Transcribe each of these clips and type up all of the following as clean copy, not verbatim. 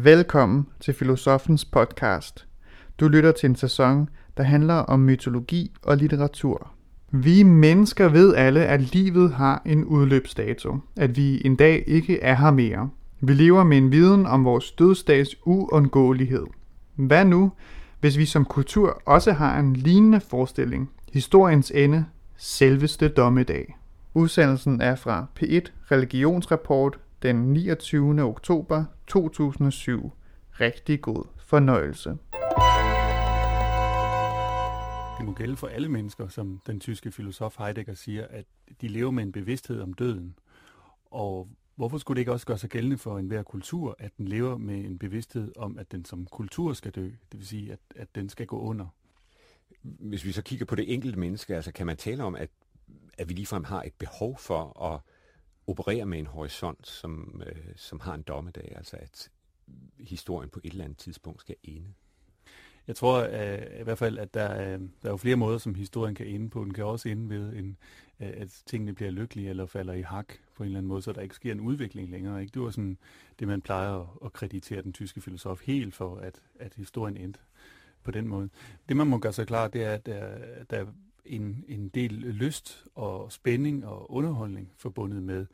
Velkommen til Filosofens podcast. Du lytter til en sæson, der handler om mytologi og litteratur. Vi mennesker ved alle, at livet har en udløbsdato. At vi en dag ikke er her mere. Vi lever med en viden om vores dødsdags uundgåelighed. Hvad nu, hvis vi som kultur også har en lignende forestilling? Historiens ende, selveste dommedag. Udsendelsen er fra P1 Religionsrapport den 29. oktober 2007. Rigtig god fornøjelse. Det må gælde for alle mennesker, som den tyske filosof Heidegger siger, at de lever med en bevidsthed om døden. Og hvorfor skulle det ikke også gøre sig gældende for enhver kultur, at den lever med en bevidsthed om, at den som kultur skal dø? Det vil sige, at den skal gå under. Hvis vi så kigger på det enkelte menneske, altså kan man tale om, at vi ligefrem har et behov for at operere med en horisont, som har en dommedag, altså at historien på et eller andet tidspunkt skal ende? Jeg tror i hvert fald, at der er jo flere måder, som historien kan ende på. Den kan også ende ved, at tingene bliver lykkelige eller falder i hak på en eller anden måde, så der ikke sker en udvikling længere. Ikke? Det var sådan det, man plejer at kreditere den tyske filosof helt for, at historien endte på den måde. Det, man må gøre sig klar, det er, at der er en del lyst og spænding og underholdning forbundet med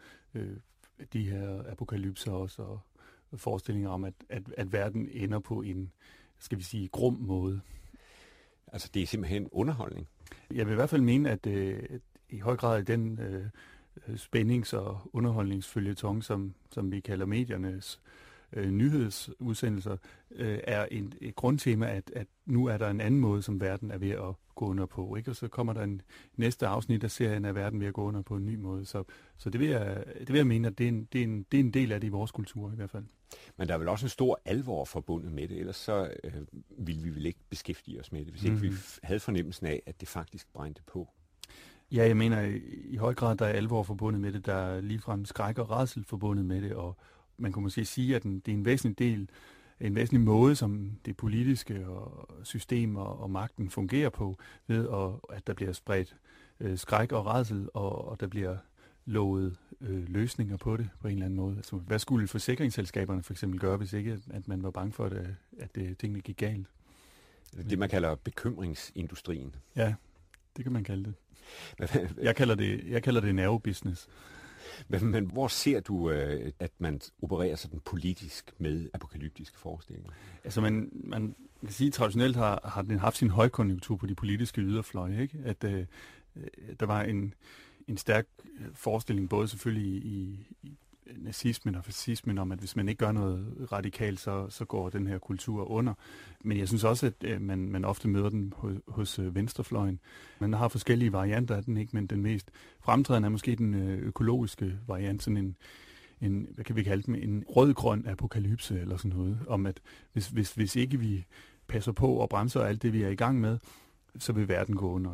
de her apokalypser også, og forestillinger om, at verden ender på en, skal vi sige, grum måde. Altså det er simpelthen underholdning? Jeg vil i hvert fald mene, at i høj grad den spændings- og underholdningsføljeton, som vi kalder mediernes nyhedsudsendelser, er et grundtema, at nu er der en anden måde, som verden er ved at gå under på. Ikke? Og så kommer der en næste afsnit af serien, af verden ved at gå under på en ny måde. Så det vil jeg mene, at det er en del af det i vores kultur i hvert fald. Men der er vel også en stor alvor forbundet med det, ellers så ville vi vel ikke beskæftige os med det, hvis ikke vi havde fornemmelsen af, at det faktisk brændte på. Ja, jeg mener i høj grad, der er alvor forbundet med det, der er ligefrem skræk og rædsel forbundet med det, og man kunne måske sige, at det er en væsentlig måde, som det politiske og system og magten fungerer på, ved at der bliver spredt skræk og rædsel, og der bliver lovet løsninger på det på en eller anden måde. Altså, hvad skulle forsikringsselskaberne for eksempel gøre, hvis ikke at man var bange for, at tingene gik galt? Det, man kalder bekymringsindustrien. Ja, det kan man kalde det. Jeg kalder det nervebusiness. Men hvor ser du, at man opererer sådan politisk med apokalyptiske forestillinger? Altså man kan sige, at traditionelt har den haft sin højkonjunktur på de politiske yderfløje, ikke? At der var en stærk forestilling, både selvfølgelig i nazismen og fascismen, om at hvis man ikke gør noget radikalt, så går den her kultur under. Men jeg synes også, at man ofte møder den hos venstrefløjen. Man har forskellige varianter af den, ikke, men den mest fremtrædende er måske den økologiske variant, sådan en hvad kan vi kalde den, en rød-grøn apokalypse eller sådan noget, om at hvis ikke vi passer på og bremser alt det, vi er i gang med, så vil verden gå under.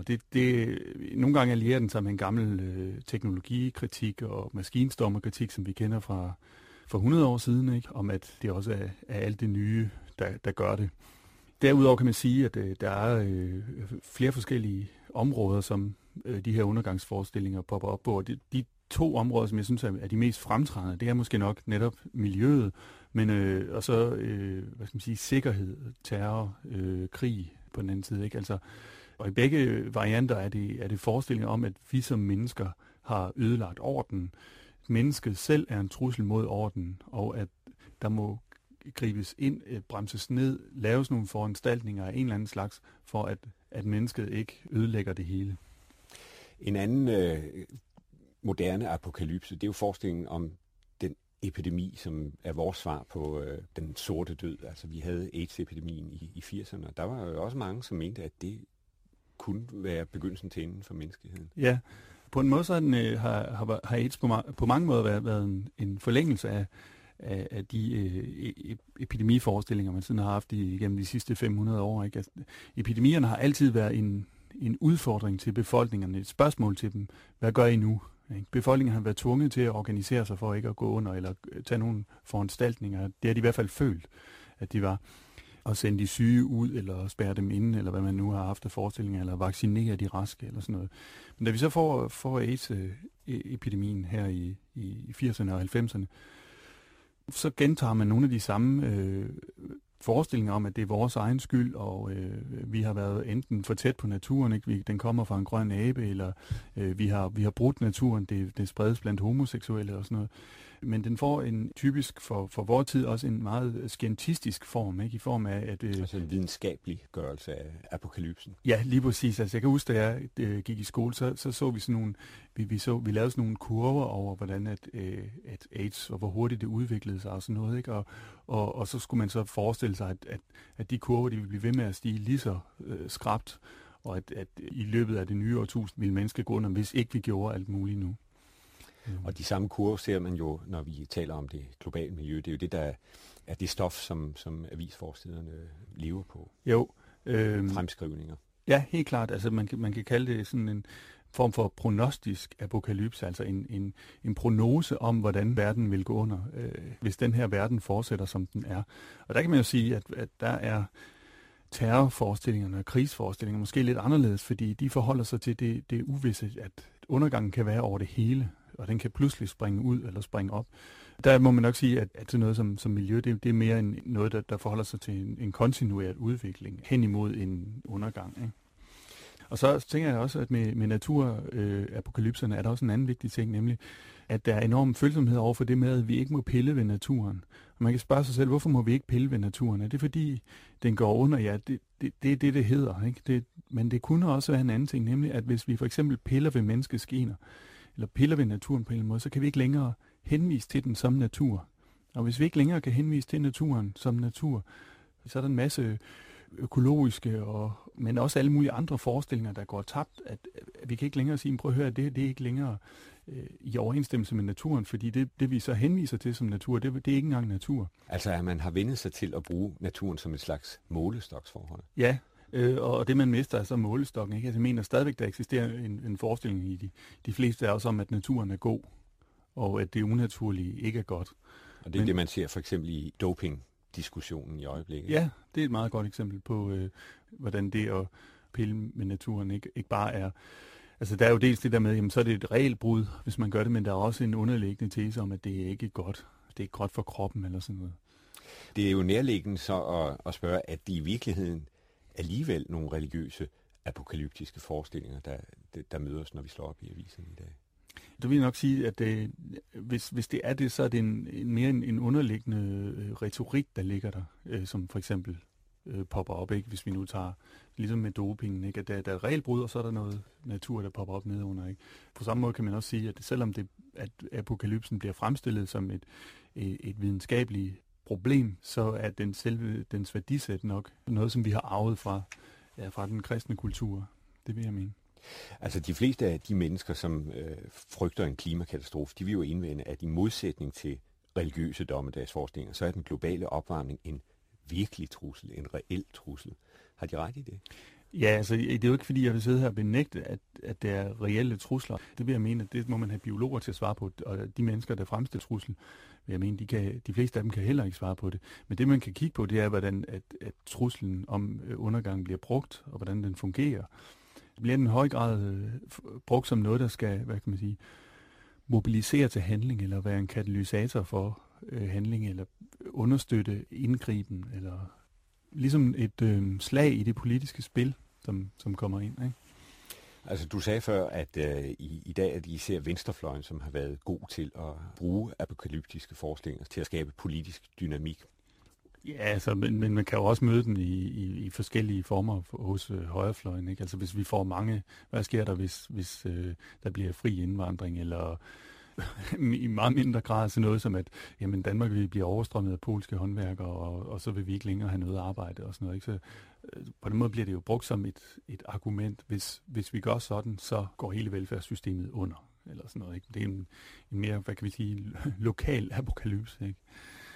Nogle gange allierer den sig med en gammel teknologikritik og maskinstormerkritik, som vi kender fra 100 år siden, ikke? Om at det også er alt det nye, der gør det. Derudover kan man sige, at der er flere forskellige områder, som de her undergangsforestillinger popper op på. De to områder, som jeg synes er de mest fremtrædende, det er måske nok netop miljøet, men og så hvad skal man sige, sikkerhed, terror, krig på den anden side, ikke? Altså, og i begge varianter er det forestillinger om, at vi som mennesker har ødelagt orden. Mennesket selv er en trussel mod orden, og at der må gribes ind, bremses ned, laves nogle foranstaltninger af en eller anden slags, for at mennesket ikke ødelægger det hele. En anden moderne apokalypse, det er jo forestillingen om den epidemi, som er vores svar på den sorte død. Altså vi havde AIDS-epidemien i 80'erne, og der var jo også mange, som mente, at det kunne være begyndelsen til enden for menneskeheden. Ja, på en måde så har AIDS på mange måder været en forlængelse af de epidemiforestillinger, man sådan har haft igennem de sidste 500 år. Ikke? Altså, epidemierne har altid været en udfordring til befolkningerne, et spørgsmål til dem. Hvad gør I nu? Befolkningen har været tvunget til at organisere sig for ikke at gå under eller tage nogle foranstaltninger. Det har de i hvert fald følt, at de var. At sende de syge ud, eller spærre dem inde, eller hvad man nu har haft af forestillinger, eller vaccinere de raske, eller sådan noget. Men da vi så får AIDS-epidemien her i 80'erne og 90'erne, så gentager man nogle af de samme forestillinger om, at det er vores egen skyld, og vi har været enten for tæt på naturen, ikke? Den kommer fra en grøn abe, eller vi har brudt naturen, det spredes blandt homoseksuelle og sådan noget. Men den får en typisk for vores tid også en meget scientistisk form, ikke? I form af at altså en videnskabelig gørelse af apokalypsen. Ja, lige præcis. Altså jeg kan huske, da jeg gik i skole, så vi sådan nogle vi lavede sådan nogle kurver over hvordan at AIDS og hvor hurtigt det udviklede sig og sådan noget, ikke? Og så skulle man så forestille sig at de kurver de ville blive ved med at stige lige så skrapt, og at i løbet af det nye årtusind ville mennesker gå under, hvis ikke vi gjorde alt muligt nu. Og de samme kurver ser man jo, når vi taler om det globale miljø. Det er jo det, der er det stof, som avisforsiderne lever på. Jo. Fremskrivninger. Ja, helt klart. Altså man kan kalde det sådan en form for prognostisk apokalypse, altså en prognose om, hvordan verden vil gå under, hvis den her verden fortsætter, som den er. Og der kan man jo sige, at der er terrorforestillingerne og krigsforestillinger måske lidt anderledes, fordi de forholder sig til det uvisse, at undergangen kan være over det hele, og den kan pludselig springe ud eller springe op. Der må man nok sige, at sådan noget som miljø, det er mere end noget, der forholder sig til en kontinueret udvikling hen imod en undergang, ikke? Og så tænker jeg også, at med naturapokalypserne er der også en anden vigtig ting, nemlig at der er enorm følsomhed over for det med, at vi ikke må pille ved naturen. Og man kan spørge sig selv, hvorfor må vi ikke pille ved naturen? Er det fordi, den går under? Ja, det er det hedder, ikke? Men det kunne også være en anden ting, nemlig at hvis vi for eksempel piller ved menneskets gener, eller piller ved naturen på en eller anden måde, så kan vi ikke længere henvise til den som natur. Og hvis vi ikke længere kan henvise til naturen som natur, så er der en masse økologiske, men også alle mulige andre forestillinger, der går tabt, at vi kan ikke længere sige, prøv at høre, det er ikke længere i overensstemmelse med naturen, fordi det vi så henviser til som natur, det er ikke engang natur. Altså at man har vendt sig til at bruge naturen som et slags målestoksforhold. Ja, og det man mister er så målestokken, ikke? Altså, jeg mener stadigvæk, der eksisterer en forestilling i de fleste af os om, at naturen er god, og at det unaturlige ikke er godt. Og det er det, man ser for eksempel i doping-diskussionen i øjeblikket. Ja, det er et meget godt eksempel på, hvordan det at pille med naturen ikke bare er. Altså der er jo dels det der med, jamen så er det et regelbrud, hvis man gør det, men der er også en underliggende tese om, at det er ikke godt. Det er ikke godt for kroppen eller sådan noget. Det er jo nærliggende så at spørge, at det i virkeligheden alligevel nogle religiøse apokalyptiske forestillinger, der møder os, når vi slår op i avisen i dag. Du vil nok sige, at hvis det er det, så er det mere en underliggende retorik, der ligger der, som for eksempel popper op, ikke? Hvis vi nu tager, ligesom med dopingen, ikke? At der er et regelbrud, og så er der noget natur, der popper op nedenunder, ikke? På samme måde kan man også sige, at selvom at apokalypsen bliver fremstillet som et videnskabeligt problem, så er dens værdisæt nok noget, som vi har arvet fra den kristne kultur. Det vil jeg mene. Altså de fleste af de mennesker, som frygter en klimakatastrofe, de vil jo indvende, at i modsætning til religiøse dommedagsforestillinger, så er den globale opvarmning en virkelig trussel, en reel trussel. Har de ret i det? Ja, altså det er jo ikke fordi, jeg vil sidde her og benægte, at det er reelle trusler. Det vil jeg mene, at det må man have biologer til at svare på, og de mennesker, der fremstiller trussel, vil jeg mene, de fleste af dem kan heller ikke svare på det. Men det man kan kigge på, det er, hvordan at truslen om undergang bliver brugt, og hvordan den fungerer. Bliver den i høj grad brugt som noget, der skal, hvad kan man sige, mobilisere til handling, eller være en katalysator for handling, eller understøtte indgriben, eller ligesom et slag i det politiske spil, som kommer ind, ikke? Altså du sagde før, at i dag er det især venstrefløjen, som har været god til at bruge apokalyptiske forestillinger til at skabe politisk dynamik. Ja, altså, men man kan jo også møde den i forskellige former hos højrefløjen, ikke? Altså hvis vi får mange, hvad sker der, hvis der bliver fri indvandring, eller i meget mindre grad til noget som, at jamen, Danmark vil blive overstrømmet af polske håndværkere, og så vil vi ikke længere have noget arbejde og sådan noget, ikke? Så på den måde bliver det jo brugt som et argument. Hvis vi gør sådan, så går hele velfærdssystemet under, eller sådan noget, ikke? Det er en mere, hvad kan vi sige, lokal apokalypse, ikke?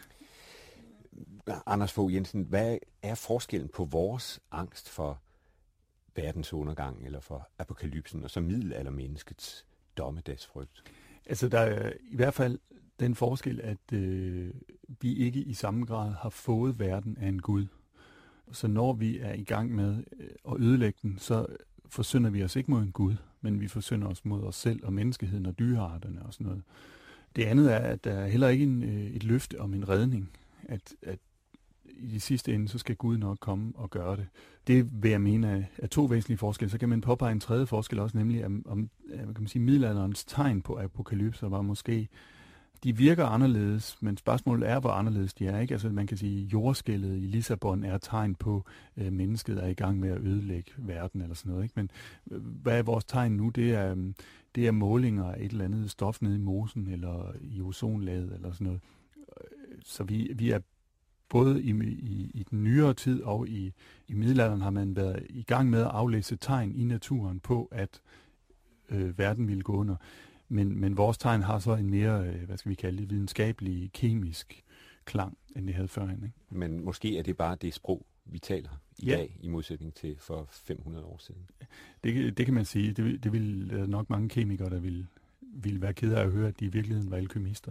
Anders Fogh Jensen, hvad er forskellen på vores angst for verdens undergang, eller for apokalypsen, og så middelaldermenneskets dommedagsfrygt? Altså, der er i hvert fald den forskel, at vi ikke i samme grad har fået verden af en Gud. Så når vi er i gang med at ødelægge den, så forsynder vi os ikke mod en Gud, men vi forsynder os mod os selv og menneskeheden og dyrearterne og sådan noget. Det andet er, at der er heller ikke et løfte om en redning. At i de sidste ende, så skal Gud nok komme og gøre det. Det vil jeg mene er to væsentlige forskelle. Så kan man påpege en tredje forskel også, nemlig om kan man sige, middelalderens tegn på apokalypser var måske, de virker anderledes, men spørgsmålet er, hvor anderledes de er. Ikke? Altså man kan sige, at jordskælvet i Lissabon er tegn på, at mennesket er i gang med at ødelægge verden eller sådan noget. Ikke? Men hvad er vores tegn nu? Det er målinger af et eller andet stof nede i mosen eller i ozonlaget eller sådan noget. Så vi er både i den nyere tid og i middelalderen har man været i gang med at aflæse tegn i naturen på, at verden ville gå under. Men vores tegn har så en mere, hvad skal vi kalde det, videnskabelig, kemisk klang, end det havde førhen. Ikke? Men måske er det bare det sprog, vi taler i dag, i modsætning til for 500 år siden. Det kan man sige. Det vil nok mange kemikere, der vil være ked af at høre, at de i virkeligheden var alkymister.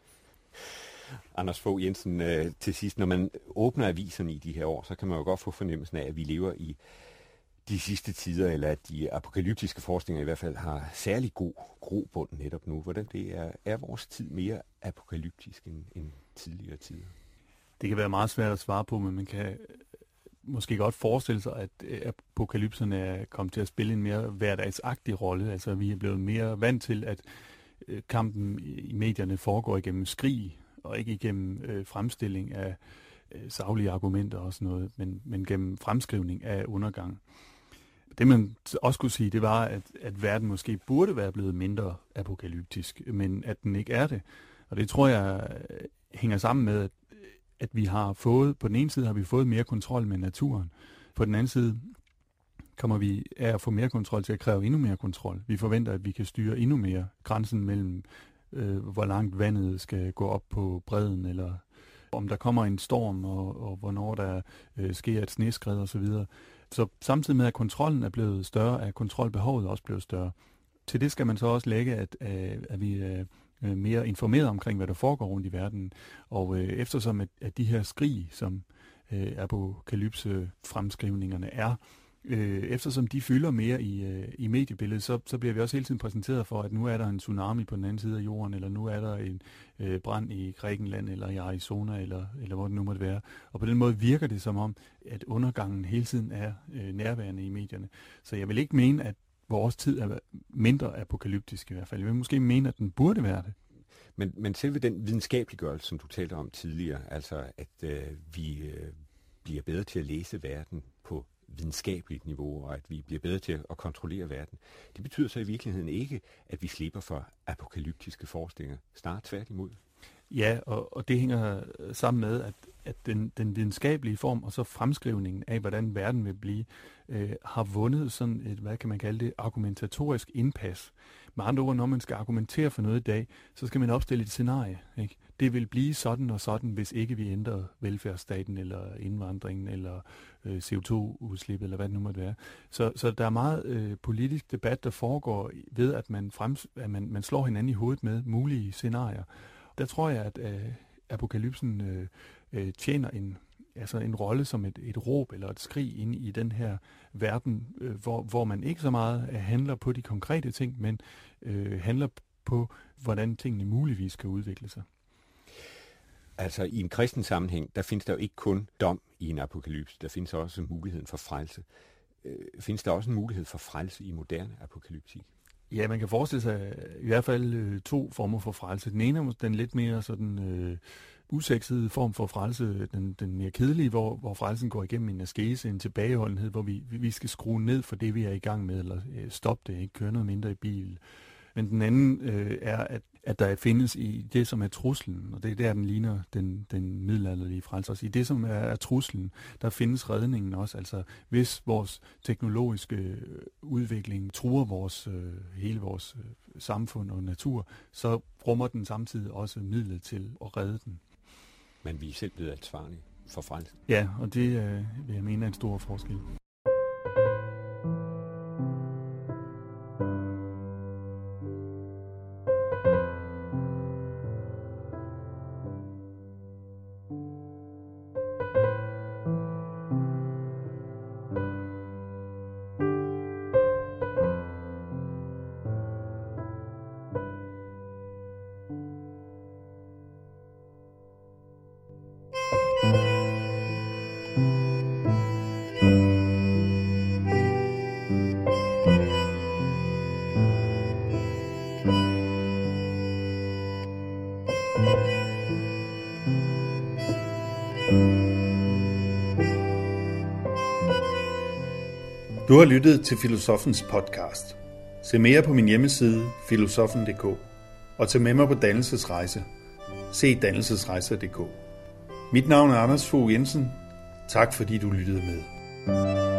Anders Fogh Jensen, til sidst, når man åbner aviserne i de her år, så kan man jo godt få fornemmelsen af, at vi lever i de sidste tider, eller at de apokalyptiske forskninger i hvert fald har særlig god grobund netop nu. Hvordan det er vores tid mere apokalyptisk end tidligere tider? Det kan være meget svært at svare på, men man kan måske godt forestille sig, at apokalypserne er kommet til at spille en mere hverdagsagtig rolle. Altså vi er blevet mere vant til, at kampen i medierne foregår igennem skrig, og ikke igennem fremstilling af saglige argumenter og sådan noget, men gennem fremskrivning af undergang. Det man også kunne sige, det var, at verden måske burde være blevet mindre apokalyptisk, men at den ikke er det. Og det tror jeg hænger sammen med, at vi har fået, på den ene side har vi fået mere kontrol med naturen. På den anden side kommer vi af at få mere kontrol til at kræve endnu mere kontrol. Vi forventer, at vi kan styre endnu mere grænsen mellem, hvor langt vandet skal gå op på bredden, eller om der kommer en storm, og hvornår der sker et sneskred osv. Så samtidig med, at kontrollen er blevet større, er kontrolbehovet også blevet større. Til det skal man så også lægge, at vi er mere informeret omkring, hvad der foregår rundt i verden. Og eftersom at de her skrig, som apokalypse-fremskrivningerne er, eftersom de fylder mere i mediebilledet, så bliver vi også hele tiden præsenteret for, at nu er der en tsunami på den anden side af jorden, eller nu er der en brand i Grækenland, eller i Arizona, eller hvor det nu måtte være. Og på den måde virker det som om, at undergangen hele tiden er nærværende i medierne. Så jeg vil ikke mene, at vores tid er mindre apokalyptisk i hvert fald. Jeg vil måske mene, at den burde være det. Men selve den videnskabeliggørelse, som du talte om tidligere, altså at vi bliver bedre til at læse verden på videnskabeligt niveau, og at vi bliver bedre til at kontrollere verden. Det betyder så i virkeligheden ikke, at vi slipper for apokalyptiske forestillinger. Snarere tværtimod. Ja, og det hænger sammen med, at den videnskabelige form og så fremskrivningen af, hvordan verden vil blive, har vundet sådan et, hvad kan man kalde det, argumentatorisk indpas. Med andre ord, når man skal argumentere for noget i dag, så skal man opstille et scenarie. Ikke? Det vil blive sådan og sådan, hvis ikke vi ændrer velfærdsstaten, eller indvandringen, eller CO2-udslip, eller hvad det nu måtte være. Så der er meget politisk debat, der foregår ved, at man slår hinanden i hovedet med mulige scenarier. Der tror jeg, at apokalypsen tjener en rolle som et råb eller et skrig inde i den her verden, hvor man ikke så meget handler på de konkrete ting, men handler på, hvordan tingene muligvis kan udvikle sig. Altså i en kristen sammenhæng, der findes der jo ikke kun dom i en apokalypse, der findes også muligheden for frelse. Findes der også en mulighed for frelse i moderne apokalyptik? Ja, man kan forestille sig i hvert fald to former for frelse. Den ene er den lidt mere sådan usexede form for frelse, den mere kedelige, hvor frelsen går igennem en askese, en tilbageholdenhed, hvor vi skal skrue ned for det, vi er i gang med, eller stoppe det, ikke køre noget mindre i bil. Men den anden er, at der findes i det, som er truslen, og det er der, den ligner den middelalderlige frelse også. I det, som er truslen, der findes redningen også. Altså, hvis vores teknologiske udvikling truer hele vores samfund og natur, så rummer den samtidig også midlet til at redde den. Men vi er selv blevet ansvarlige for frelsen. Ja, og det vil jeg mene er en stor forskel. Du har lyttet til Filosofens podcast. Se mere på min hjemmeside filosofen.dk og tag med mig på dannelsesrejse. Se dannelsesrejser.dk. Mit navn er Anders Fogh Jensen. Tak fordi du lyttede med.